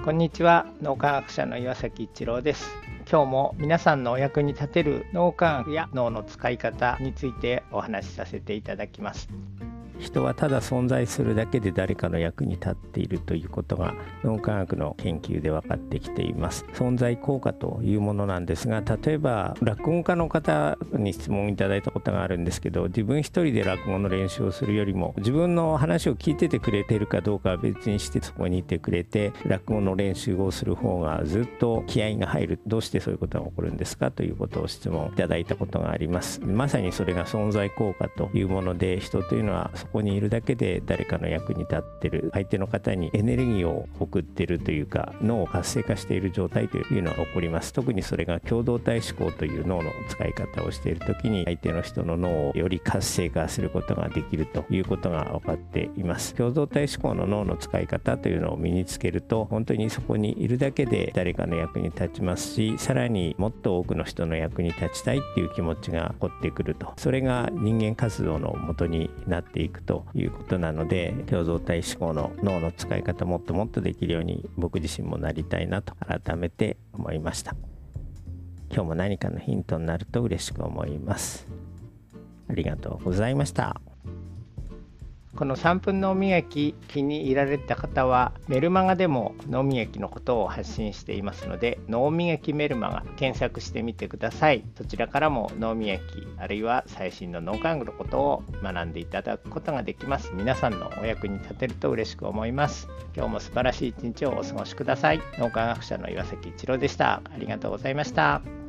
こんにちは、脳科学者の岩崎一郎です。今日も皆さんのお役に立てる脳科学や脳の使い方についてお話しさせていただきます。 人はただ存在するだけで誰かの役に立っているということが脳科学の研究で分かってきています。存在効果というものなんですが、例えば落語家の方に質問いただいたことがあるんですけど、自分一人で落語の練習をするよりも自分の話を聞いててくれてるかどうかは別にして、そこにいてくれて落語の練習をする方がずっと気合が入る。どうしてそういうことが起こるんですかということを質問いただいたことがあります。まさにそれが存在効果というもので、人というのはそこにいるだけで誰かの役に立ってる、相手の方にエネルギーを送ってるというか、脳を活性化している状態というのが起こります。特にそれが共同体思考という脳の使い方をしているときに、相手の人の脳をより活性化することができるということが分かっています。共同体思考の脳の使い方というのを身につけると、本当にそこにいるだけで誰かの役に立ちますし、さらにもっと多くの人の役に立ちたいっていう気持ちが起こってくると、それが人間活動の元になっていくということなので、共同体思考の脳の使い方もっともっとできるように僕自身もなりたいなと改めて思いました。今日も何かのヒントになると嬉しく思います。ありがとうございました。 この3分脳磨き気に入られた方は、メルマガでも脳磨きのことを発信していますので、脳磨きメルマガ検索してみてください。そちらからも脳磨き、あるいは最新の脳科学のことを学んでいただくことができます。皆さんのお役に立てると嬉しく思います。今日も素晴らしい一日をお過ごしください。脳科学者の岩崎一郎でした。ありがとうございました。